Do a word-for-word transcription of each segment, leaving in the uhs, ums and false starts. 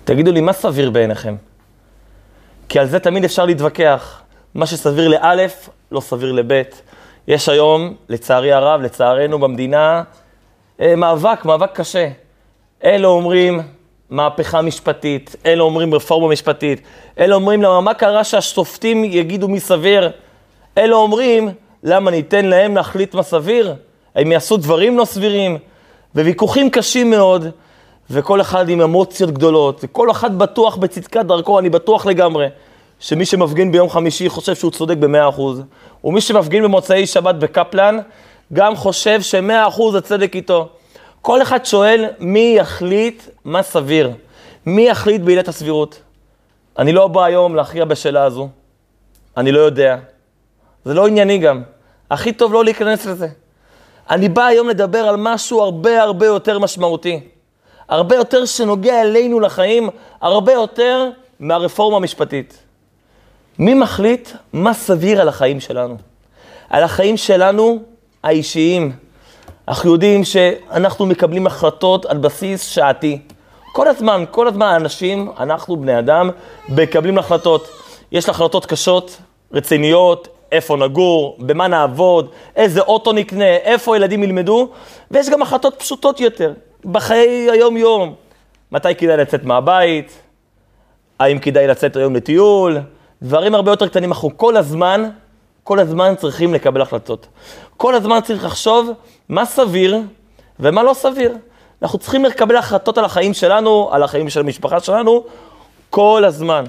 תגידו לי, מה סביר בעיניכם? כי על זה תמיד אפשר להתווכח. מה שסביר לאלף, לא סביר לבית. יש היום, לצערי הרב, לצערנו במדינה, מאבק, מאבק קשה. אלו אומרים מהפכה משפטית, אלו אומרים רפורמה משפטית, אלו אומרים למה מה קרה שהשופטים יגידו מי סביר, אלו אומרים למה ניתן להם להחליט מה סביר, הם יעשו דברים לא סבירים, וויכוחים קשים מאוד, וכל אחד עם אמוציות גדולות, וכל אחד בטוח בצדקת דרכו, אני בטוח לגמרי, שמי שמפגין ביום חמישי חושב שהוא צודק במאה אחוז, ומי שמפגין במוצאי שבת בקפלן, גם חושב שמאה אחוז הצדק איתו. כל אחד שואל מי יחליט מה סביר, מי יחליט בעילת הסבירות. אני לא בא היום להכריע בשאלה הזו, אני לא יודע. זה לא ענייני גם, הכי טוב לא להיכנס לזה. אני בא היום לדבר על משהו הרבה הרבה יותר משמעותי, הרבה יותר שנוגע אלינו לחיים, הרבה יותר מהרפורמה המשפטית. מי מחליט מה סביר על החיים שלנו? על החיים שלנו האישיים. אנחנו יודעים שאנחנו מקבלים החלטות על בסיס שעתי. כל הזמן, כל הזמן האנשים, אנחנו בני אדם, מקבלים החלטות. יש החלטות קשות, רציניות, איפה נגור, במה נעבוד, איזה אוטו נקנה, איפה ילדים ילמדו, ויש גם החלטות פשוטות יותר, בחיי היום-יום. מתי כדאי לצאת מהבית? האם כדאי לצאת היום לטיול? דברים הרבה יותר קטנים. אנחנו כל הזמן, כל הזמן צריכים לקבל החלטות. כל הזמן צריך לחשוב מה סביר ומה לא סביר. אנחנו צריכים לקבל החלטות על החיים שלנו, על החיים של המשפחה שלנו, כל הזמן.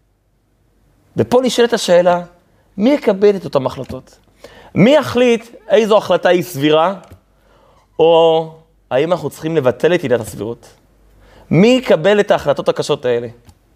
ופה נשאלת השאלה, מי יקבל את אותם החלטות? מי יחליט איזו החלטה היא סבירה, או האם אנחנו צריכים לבטל את עילת הסבירות? מי יקבל את ההחלטות הקשות האלה?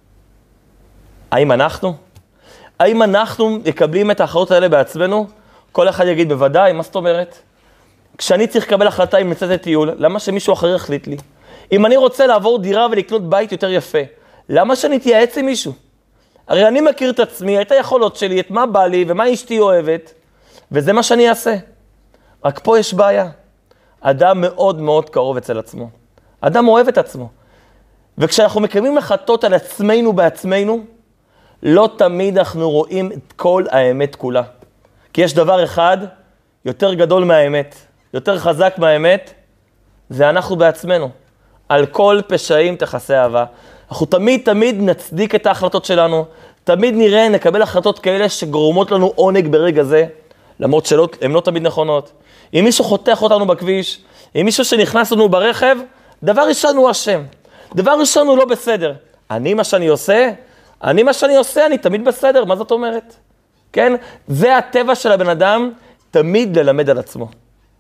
האם אנחנו? האם אנחנו מקבלים את ההחלטות האלה בעצמנו? כל אחד יגיד בוודאי, מה זאת אומרת? כשאני צריך לקבל החלטה אם לצאת לטיול, למה שמישהו אחר יחליט לי? אם אני רוצה לעבור דירה ולקנות בית יותר יפה, למה שאני אתייעץ עם מישהו? הרי אני מכיר את עצמי, את היכולות שלי, את מה בא לי ומה אשתי אוהבת, וזה מה שאני אעשה. רק פה יש בעיה. אדם מאוד מאוד קרוב אצל עצמו. אדם אוהב את עצמו. וכשאנחנו מקיימים החלטות על עצמנו בעצמנו, לא תמיד אנחנו רואים את כל האמת כולה. כי יש דבר אחד יותר גדול מהאמת, יותר חזק מהאמת, זה אנחנו בעצמנו. על כל פשעים תכסה אהבה. אנחנו תמיד תמיד נצדיק את ההחלטות שלנו, תמיד נראה, נקבל החלטות כאלה שגורמות לנו עונג ברגע זה, למרות שהן לא תמיד נכונות. אם מישהו חותך אותנו בכביש, אם מישהו שנכנס לנו ברכב, דבר ראשון הוא אשם. דבר ראשון הוא לא בסדר. אני מה שאני עושה, אני מה שאני עושה, אני תמיד בסדר, מה זאת אומרת? כן? זה הטבע של הבן אדם, תמיד ללמד על עצמו.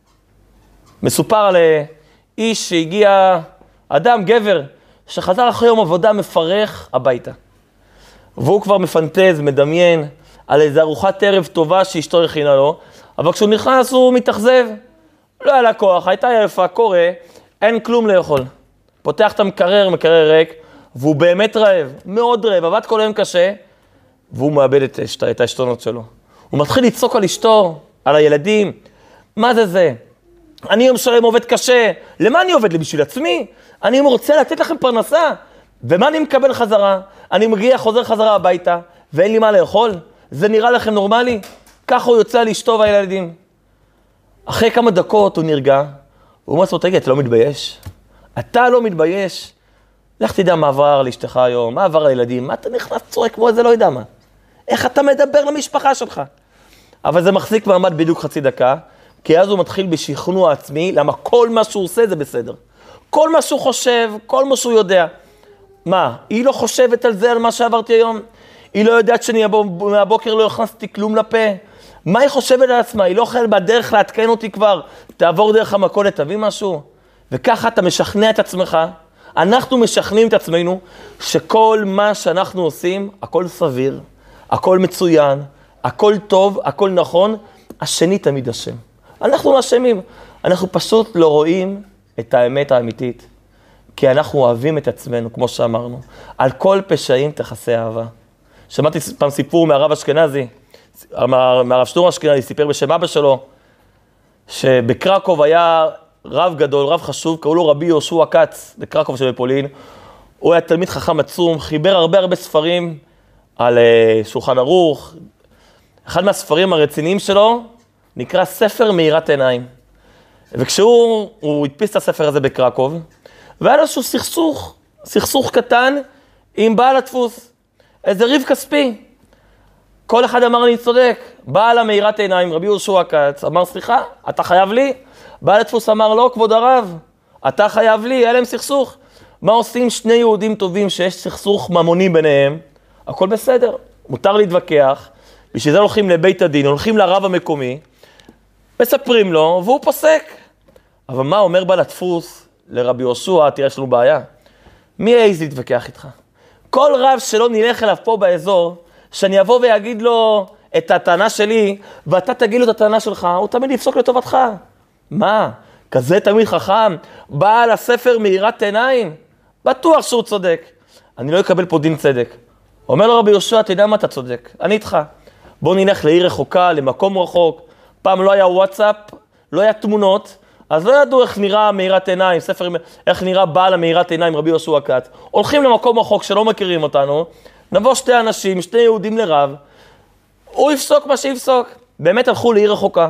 מסופר על איש שהגיע, אדם, גבר, שחזר אחרי יום עבודה מפרך הביתה. והוא כבר מפנטז, מדמיין, על איזו ארוחת ערב טובה שאשתו הכינה לו, אבל כשהוא נכנס הוא מתאכזב. לא היה לה כוח, הייתה יפה, קורא, אין כלום לאכול. פותח את המקרר, מקרר ריק, והוא באמת רעב, מאוד רעב, עבד כל היום קשה, והוא מאבד את, את העשתונות שלו. הוא מתחיל לצעוק על אשתו, על הילדים. מה זה זה? אני יום שלם עובד קשה. למה אני עובד? בשביל עצמי? אני רוצה לתת לכם פרנסה. ומה אני מקבל חזרה? אני מגיע, חוזר חזרה הביתה, ואין לי מה לאכול? זה נראה לכם נורמלי? ככה הוא יוצא על אשתו והילדים. אחרי כמה דקות הוא נרגע, הוא אומר לו, תגיד, אתה לא מתבייש? אתה לא מתבייש? לך תדע מה עבר לאשתך היום, מה עבר לילדים, מה אתה נכנס צורק כמו איזה לא יודע מה. איך אתה מדבר למשפחה שלך? אבל זה מחזיק מעמד בדיוק חצי דקה, כי אז הוא מתחיל בשכנוע עצמי, למה כל מה שהוא עושה זה בסדר. כל מה שהוא חושב, כל מה שהוא יודע. מה, היא לא חושבת על זה, על מה שעברתי היום? היא לא יודעת שאני מהבוקר לא הכנסתי כלום לפה? מה היא חושבת על עצמה? היא לא יכולה בדרך להתקן אותי כבר, תעבור דרך המכולת, תביא משהו. וככה אתה משכנע את עצמך, אנחנו משכנעים את עצמנו, שכל מה שאנחנו עושים, הכל סביר, הכל מצוין, הכל טוב, הכל נכון, השני תמיד אשם. אנחנו לא אשמים, אנחנו פשוט לא רואים את האמת האמיתית, כי אנחנו אוהבים את עצמנו, כמו שאמרנו. על כל פשעים תכסה אהבה. שמעתי פעם סיפור מהרב אשכנזי, מהרב שטור אשכנזי, סיפר בשם אבא שלו, שבקרקוב היה רב גדול, רב חשוב, קראו לו רבי יהושע כץ, בקרקוב שבפולין. הוא היה תלמיד חכם עצום, חיבר הרבה הרבה ספרים על uh, שולחן ערוך. אחד מהספרים הרציניים שלו נקרא ספר מאירת עיניים. וכשהוא הוא הדפיס את הספר הזה בקרקוב, והיה לו איזשהו סכסוך, סכסוך קטן עם בעל הדפוס, איזה ריב כספי. כל אחד אמר לי צודק, בעל המאירת עיניים, רבי יהושע כץ, אמר סליחה, אתה חייב לי? בעל הדפוס אמר לא, כבוד הרב, אתה חייב לי, היה להם סכסוך. מה עושים שני יהודים טובים שיש סכסוך ממוני ביניהם? הכל בסדר, מותר להתווכח, בשביל זה הולכים לבית הדין, הולכים לרב המקומי, מספרים לו והוא פוסק. אבל מה אומר בעל הדפוס לרבי יהושע? תראה, יש לנו בעיה. מי העז להתווכח איתך? כל רב שלא נלך אליו פה באזור, שאני אבוא ויגיד לו את הטענה שלי, ואתה תגיד לו את הטענה שלך, הוא תמיד יפסוק לטובתך. מה? כזה תמיד חכם? בעל הספר מאירת עיניים? בטוח שהוא צודק. אני לא אקבל פה דין צדק. אומר לו רבי יהושע, אתה יודע מה, אתה צודק, אני איתך. בוא נלך לעיר רחוקה, למקום רחוק. פעם לא היה וואטסאפ, לא היה תמונות, אז לא ידעו איך נראה מאירת עיניים, ספר, איך נראה בעל המאירת עיניים, רבי יהושע כץ. הולכים למקום רחוק שלא מכירים אותנו, נבוא שתי אנשים, שני יהודים לרב, הוא יפסוק מה שיפסוק. באמת הלכו לעיר רחוקה.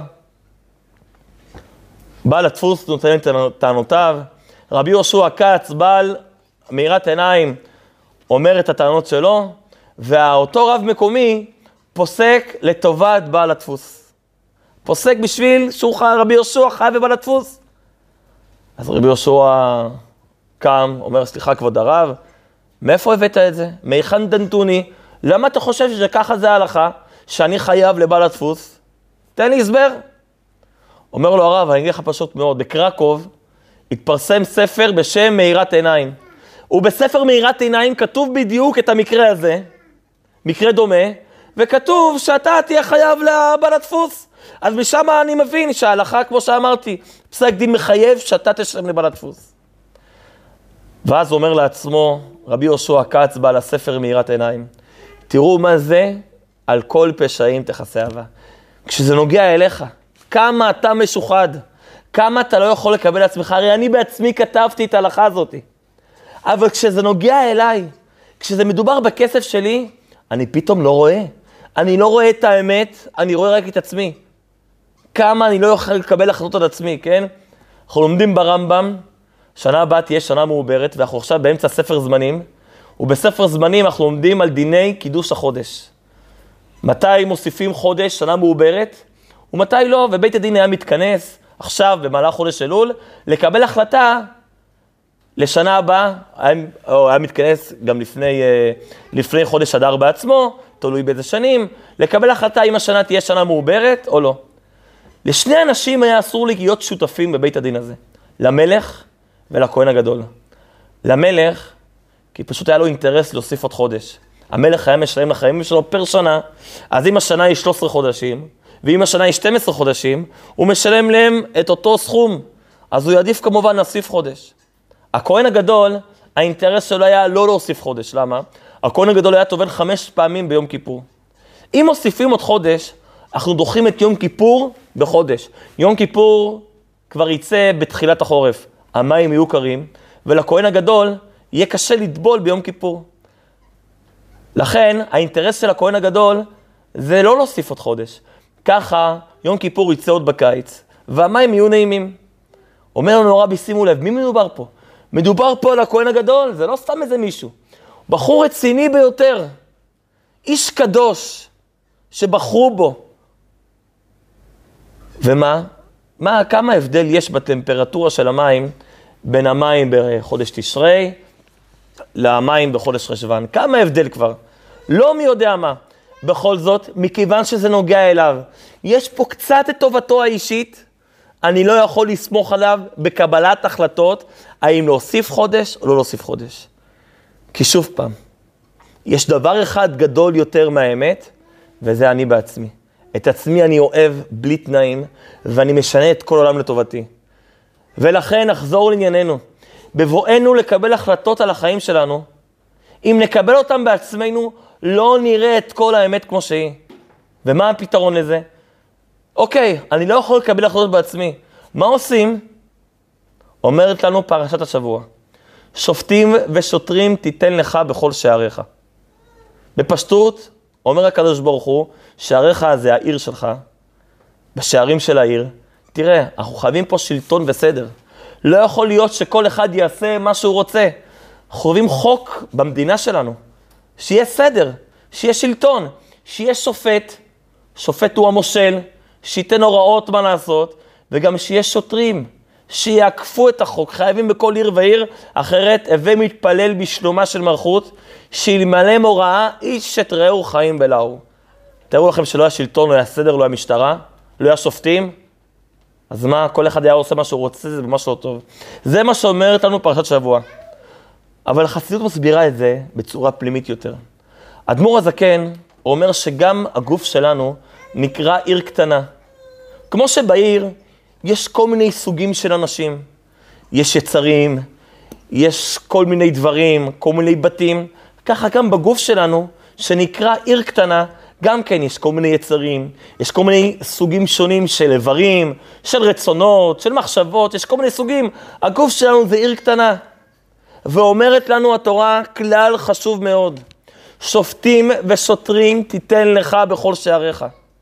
בעל הדפוס נותן את טענותיו, רבי יהושע כץ, בעל מאירת עיניים, אומר את הטענות שלו, ואותו רב מקומי פוסק לטובת בעל הדפוס. פוסק בשביל שהוא רבי יהושע חי בבעל הדפוס. אז רבי יהושע קם, אומר, סליחה כבוד הרב, מאיפה הבאת את זה? מהיכן דנתוני? למה אתה חושב שככה זה ההלכה, שאני חייב לבעל הדפוס? תן לי הסבר. אומר לו הרב, אני אגיד לך פשוט מאוד, בקרקוב התפרסם ספר בשם מאירת עיניים. ובספר מאירת עיניים כתוב בדיוק את המקרה הזה, מקרה דומה, וכתוב שאתה תהיה חייב לבעל הדפוס. אז משם אני מבין שההלכה, כמו שאמרתי, פסק דין מחייב שאתה תשלם לבעל הדפוס. ואז אומר לעצמו, רבי יהושע כץ בעל הספר מאירת עיניים, תראו מה זה, על כל פשעים תכסה אהבה. כשזה נוגע אליך, כמה אתה משוחד, כמה אתה לא יכול לקבל לעצמך, הרי אני בעצמי כתבתי את ההלכה הזאת. אבל כשזה נוגע אליי, כשזה מדובר בכסף שלי, אני פתאום לא רואה. אני לא רואה את האמת, אני רואה רק את עצמי. כמה אני לא יכול לקבל החלטות על עצמי, כן? אנחנו לומדים ברמב"ם, שנה הבאה תהיה שנה מעוברת, ואנחנו עכשיו באמצע ספר זמנים, ובספר זמנים אנחנו לומדים על דיני קידוש החודש. מתי מוסיפים חודש, שנה מעוברת, ומתי לא, ובית הדין היה מתכנס עכשיו במהלך חודש אלול, לקבל החלטה לשנה הבאה, היה, או היה מתכנס גם לפני, לפני חודש אדר בעצמו, תלוי באיזה שנים, לקבל החלטה אם השנה תהיה שנה מעוברת או לא. לשני אנשים היה אסור להיות שותפים בבית הדין הזה, למלך ולכהן הגדול. למלך, כי פשוט היה לו אינטרס להוסיף עוד חודש. המלך היה משלם לחיים שלו פר שנה, אז אם השנה היא שלושה עשר חודשים, ואם השנה היא שנים עשר חודשים, הוא משלם להם את אותו סכום, אז הוא יעדיף כמובן להוסיף חודש. הכהן הגדול, האינטרס שלו היה לא להוסיף חודש, למה? הכהן הגדול היה טובל חמש פעמים ביום כיפור. אם מוסיפים עוד חודש, אנחנו דוחים את יום כיפור בחודש. יום כיפור כבר יצא בתחילת החורף, המים יהיו קרים, ולכהן הגדול יהיה קשה לטבול ביום כיפור. לכן, האינטרס של הכהן הגדול זה לא להוסיף עוד חודש. ככה, יום כיפור יצא עוד בקיץ, והמים יהיו נעימים. אומר לנו רבי, שימו לב, מי מדובר פה? מדובר פה על הכהן הגדול, זה לא סתם איזה מישהו. בחור רציני ביותר, איש קדוש, שבחרו בו. ומה? מה, כמה הבדל יש בטמפרטורה של המים, בין המים בחודש תשרי, למים בחודש חשוון? כמה הבדל כבר? לא מי יודע מה. בכל זאת, מכיוון שזה נוגע אליו, יש פה קצת את טובתו האישית, אני לא יכול לסמוך עליו בקבלת החלטות, האם להוסיף חודש או לא להוסיף חודש. כי שוב פעם, יש דבר אחד גדול יותר מהאמת, וזה אני בעצמי. את עצמי אני אוהב בלי תנאים, ואני משנה את כל עולם לטובתי. ולכן נחזור לענייננו. בבואנו לקבל החלטות על החיים שלנו, אם נקבל אותם בעצמנו, לא נראה את כל האמת כמו שהיא. ומה הפתרון לזה? אוקיי, אני לא יכול לקבל החלטות בעצמי. מה עושים? אומרת לנו פרשת השבוע. שופטים ושוטרים תיתן לך בכל שעריך. בפשטות, אומר הקדוש ברוך הוא, שעריך זה העיר שלך, בשערים של העיר. תראה, אנחנו חייבים פה שלטון וסדר. לא יכול להיות שכל אחד יעשה מה שהוא רוצה. חייבים חוק במדינה שלנו, שיהיה סדר, שיהיה שלטון, שיהיה שופט, שופט הוא המושל, שייתן הוראות מה לעשות, וגם שיהיה שוטרים, שיעקפו את החוק. חייבים בכל עיר ועיר, אחרת הווה מתפלל בשלומה של מלכות, שילמלא מוראה איש את רעהו חיים בלעו. תראו לכם שלא היה שלטון, לא היה סדר, לא היה משטרה, לא היה שופטים, אז מה, כל אחד היה עושה מה שהוא רוצה, זה ממש לא טוב. זה מה שאומרת לנו פרשת שבוע. אבל החסידות מסבירה את זה בצורה פנימית יותר. אדמו"ר הזקן אומר שגם הגוף שלנו נקרא עיר קטנה. כמו שבעיר יש כל מיני סוגים של אנשים. יש יצרים, יש כל מיני דברים, כל מיני בתים. ככה גם בגוף שלנו, שנקרא עיר קטנה, גם כן יש כל מיני יצרים, יש כל מיני סוגים שונים של איברים, של רצונות, של מחשבות, יש כל מיני סוגים. הגוף שלנו זה עיר קטנה. ואומרת לנו התורה כלל חשוב מאוד. שופטים ושוטרים תיתן לך בכל שעריך.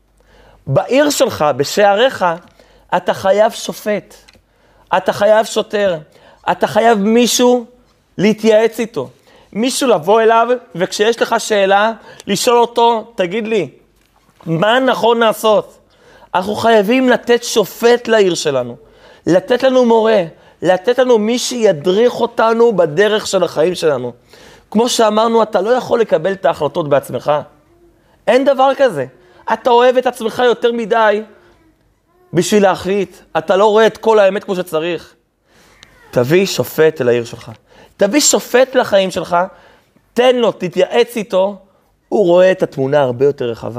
בעיר שלך, בשעריך, אתה חייב שופט. אתה חייב שוטר. אתה חייב מישהו להתייעץ איתו. מישהו לבוא אליו, וכשיש לך שאלה, לשאול אותו, תגיד לי, מה נכון לעשות? אנחנו חייבים לתת שופט לעיר שלנו. לתת לנו מורה. לתת לנו מי שידריך אותנו בדרך של החיים שלנו. כמו שאמרנו, אתה לא יכול לקבל את ההחלטות בעצמך. אין דבר כזה. אתה אוהב את עצמך יותר מדי בשביל להחליט. אתה לא רואה את כל האמת כמו שצריך. תביא שופט אל העיר שלך. תביא שופט לחיים שלך, תן לו, תתייעץ איתו, הוא רואה את התמונה הרבה יותר רחבה.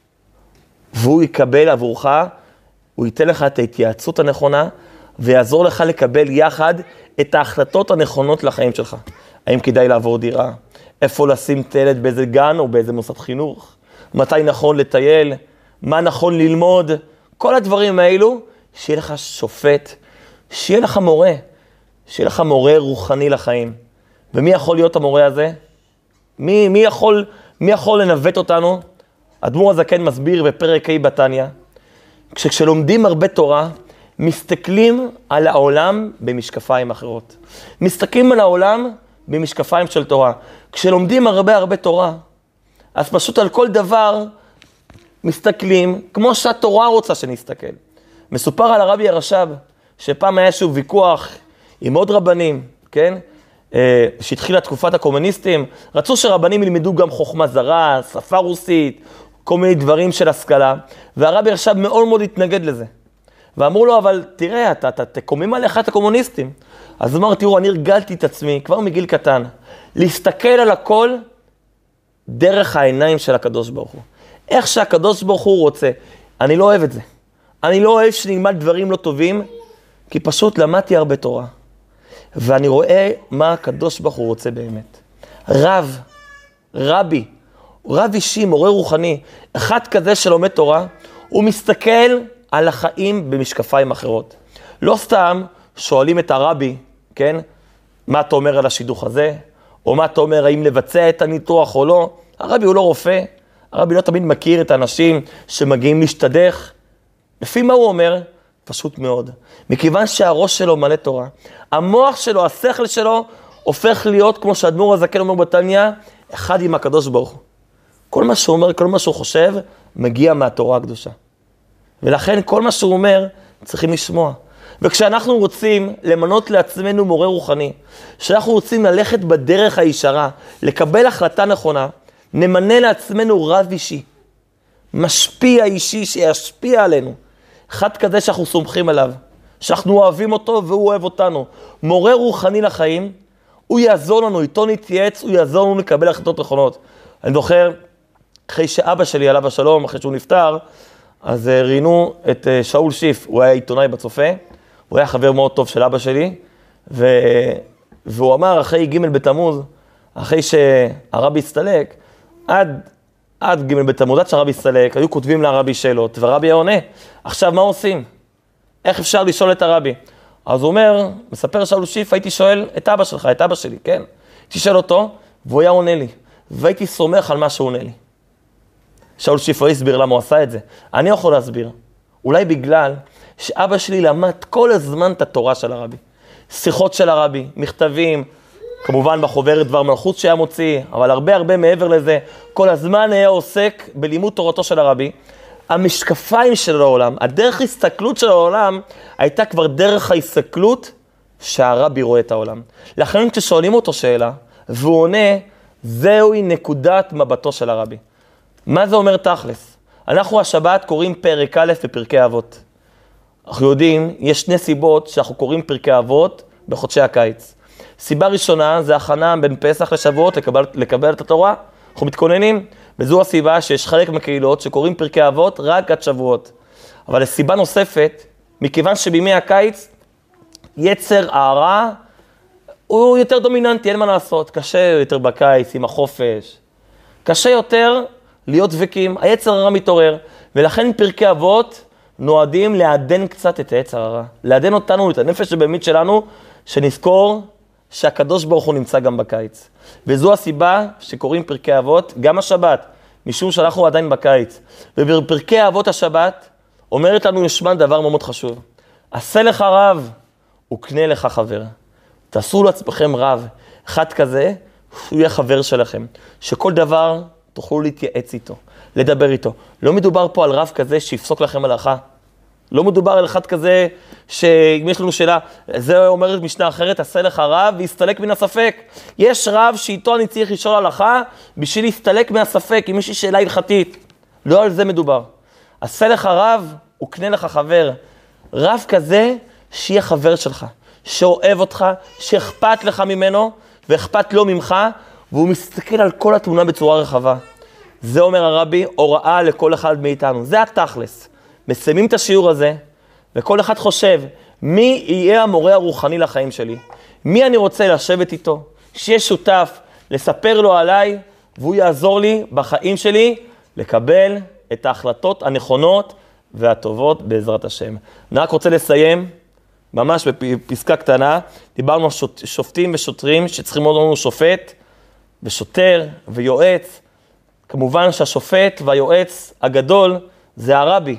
והוא יקבל עבורך, הוא ייתן לך את ההתייעצות הנכונה, ויעזור לך לקבל יחד את ההחלטות הנכונות לחיים שלך. האם כדאי לעבור דירה? איפה לשים את הילד באיזה גן או באיזה מוסד חינוך? מתי נכון לטייל? מה נכון ללמוד? כל הדברים האלו, שיהיה לך שופט, שיהיה לך מורה, שיהיה לך מורה רוחני לחיים. ומי יכול להיות המורה הזה? מי, מי, יכול, מי יכול לנווט אותנו? אדמו"ר הזקן מסביר בפרק ה' בתניא, כשלומדים הרבה תורה, מסתכלים על העולם במשקפיים אחרות. מסתכלים על העולם במשקפיים של תורה. כשלומדים הרבה הרבה תורה, אז פשוט על כל דבר מסתכלים כמו שהתורה רוצה שנסתכל. מסופר על הרבי הרש"ב, שפעם היה איזשהו ויכוח עם עוד רבנים, כן? שהתחילה תקופת הקומוניסטים, רצו שרבנים ילמדו גם חוכמה זרה, שפה רוסית, כל מיני דברים של השכלה, והרבי הרש"ב מאוד מאוד התנגד לזה. ואמרו לו, אבל תראה, אתה, אתה תקומם עליך את הקומוניסטים. אז הוא אמר, תראו, אני הרגלתי את עצמי, כבר מגיל קטן, להסתכל על הכל דרך העיניים של הקדוש ברוך הוא. איך שהקדוש ברוך הוא רוצה. אני לא אוהב את זה. אני לא אוהב שנלמד דברים לא טובים, כי פשוט למדתי הרבה תורה. ואני רואה מה הקדוש ברוך הוא רוצה באמת. רב, רבי, רב אישי, מורה רוחני, אחד כזה שלומד תורה, הוא מסתכל על החיים במשקפיים אחרות. לא סתם שואלים את הרבי, כן? מה אתה אומר על השידוך הזה? או מה אתה אומר, האם לבצע את הניתוח או לא? הרבי הוא לא רופא, הרבי לא תמיד מכיר את האנשים שמגיעים להשתדך. לפי מה הוא אומר? פשוט מאוד. מכיוון שהראש שלו מלא תורה, המוח שלו, השכל שלו, הופך להיות, כמו שהאדמו"ר הזקן אומר בתניא, אחד עם הקדוש ברוך הוא. כל מה שהוא אומר, כל מה שהוא חושב, מגיע מהתורה הקדושה. ולכן כל מה שהוא אומר, צריכים לשמוע. וכשאנחנו רוצים למנות לעצמנו מורה רוחני, שאנחנו רוצים ללכת בדרך הישרה, לקבל החלטה נכונה, נמנה לעצמנו רב אישי, משפיע אישי שישפיע עלינו. אחד כזה שאנחנו סומכים עליו, שאנחנו אוהבים אותו והוא אוהב אותנו. מורה רוחני לחיים, הוא יעזור לנו, איתו נתייעץ, הוא יעזור לנו לקבל החלטות נכונות. אני זוכר, אחרי שאבא שלי, עליו השלום, אחרי שהוא נפטר, אז ראינו את שאול שיף, הוא היה עיתונאי בצופה, הוא היה חבר מאוד טוב של אבא שלי, ו... והוא אמר אחרי ג' בתמוז, אחרי שהרבי הסתלק, עד, עד ג' בתמוז, עד שהרבי הסתלק, היו כותבים לרבי שאלות, והרבי היה עונה, עכשיו מה עושים? איך אפשר לשאול את הרבי? אז הוא אומר, מספר שאול שיף, הייתי שואל את אבא שלך, את אבא שלי, כן? הייתי שואל אותו, והוא היה עונה לי, והייתי סומך על מה שהוא עונה לי. שאול שיף לא הסביר למה הוא עשה את זה. אני יכול להסביר. אולי בגלל שאבא שלי למד כל הזמן את התורה של הרבי. שיחות של הרבי, מכתבים, כמובן בחוברת דבר מלכות שהיה מוציא, אבל הרבה הרבה מעבר לזה, כל הזמן היה עוסק בלימוד תורתו של הרבי. המשקפיים של העולם, הדרך הסתכלות של העולם, הייתה כבר דרך ההסתכלות שהרבי רואה את העולם. לכן כששואלים אותו שאלה, והוא עונה, זוהי נקודת מבטו של הרבי. מה זה אומר תכלס? אנחנו השבת קוראים פרק א' בפרקי אבות. אנחנו יודעים, יש שני סיבות שאנחנו קוראים פרקי אבות בחודשי הקיץ. סיבה ראשונה זה הכנה בין פסח לשבועות לקבל, לקבל את התורה. אנחנו מתכוננים, וזו הסיבה שיש חלק מהקהילות שקוראים פרקי אבות רק עד שבועות. אבל לסיבה נוספת, מכיוון שבימי הקיץ, יצר הרע הוא יותר דומיננטי, אין מה לעשות. קשה יותר בקיץ עם החופש. קשה יותר להיות דבקים, היצר הרע מתעורר. ולכן פרקי אבות נועדים לעדן קצת את היצר הרע. לעדן אותנו, את הנפש הבאמית שלנו, שנזכור שהקדוש ברוך הוא נמצא גם בקיץ. וזו הסיבה שקוראים פרקי אבות, גם השבת, משום שאנחנו עדיין בקיץ. ובפרקי אבות השבת, אומרת לנו ישמן דבר מאוד חשוב. עשה לך רב, וקנה לך חבר. תעשו לעצמכם רב. אחד כזה, הוא יהיה חבר שלכם. שכל דבר תוכלו להתייעץ איתו, לדבר איתו. לא מדובר פה על רב כזה שיפסוק לכם הלכה. לא מדובר על אחד כזה שאם יש לנו שאלה, זה אומרת משנה אחרת, עשה לך רב ויסתלק מן הספק. יש רב שאיתו אני צריך לשאול הלכה בשביל להסתלק מהספק, אם יש לי שאלה הלכתית. לא על זה מדובר. עשה לך רב וקנה לך חבר. רב כזה שיהיה חבר שלך, שאוהב אותך, שאכפת לך ממנו ואכפת לו ממך, והוא מסתכל על כל התמונה בצורה רחבה. זה אומר הרבי, הוראה לכל אחד מאיתנו. זה התכלס. מסיימים את השיעור הזה, וכל אחד חושב, מי יהיה המורה הרוחני לחיים שלי? מי אני רוצה לשבת איתו? שיהיה שותף, לספר לו עליי, והוא יעזור לי בחיים שלי, לקבל את ההחלטות הנכונות והטובות בעזרת השם. אני רק רוצה לסיים, ממש בפסקה קטנה, דיברנו על שופטים ושוטרים, שצריכים להיות לנו שופט, ושוטר ויועץ. כמובן שהשופט והיועץ הגדול זה הרבי.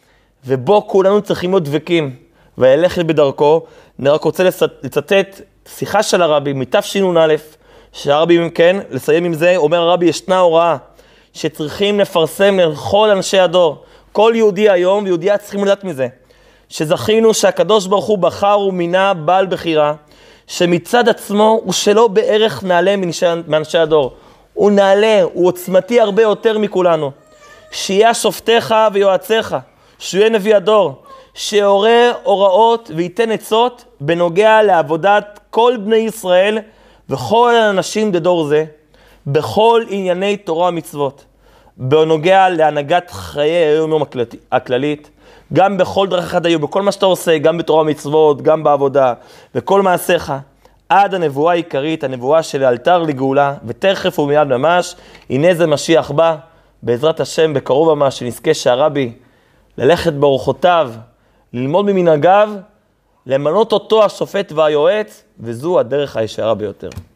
ובו כולנו צריכים להיות דבקים, וללכת בדרכו. אני רק רוצה לצטט שיחה של הרבי, מתשנ"א, שהרבי, כן, לסיים עם זה, אומר הרבי, ישנה הוראה, שצריכים לפרסם לכל אנשי הדור. כל יהודי היום, ויהודייה צריכים לדעת מזה, שזכינו שהקדוש ברוך הוא בחר ומינה בעל בחירה, שמצד עצמו הוא שלא בערך נעלה מאנשי הדור. הוא נעלה, הוא עוצמתי הרבה יותר מכולנו. שיהיה שופטיך ויועציך, שיהיה נביא הדור, שיורה הוראות וייתן עצות בנוגע לעבודת כל בני ישראל וכל האנשים בדור זה, בכל ענייני תורה ומצוות, בנוגע להנהגת חיי היום הכללית, גם בכל דרכך דיו, בכל מה שאתה עושה, גם בתורה ומצוות, גם בעבודה, וכל מעשיך, עד הנבואה העיקרית, הנבואה של אלתר לגאולה, ותכף ומיד ממש, הנה זה משיח בא, בעזרת השם בקרוב ממש, שנזכה שהרבי ללכת באורחותיו, ללמוד ממנהגיו, למנות אותו השופט והיועץ, וזו הדרך הישרה ביותר.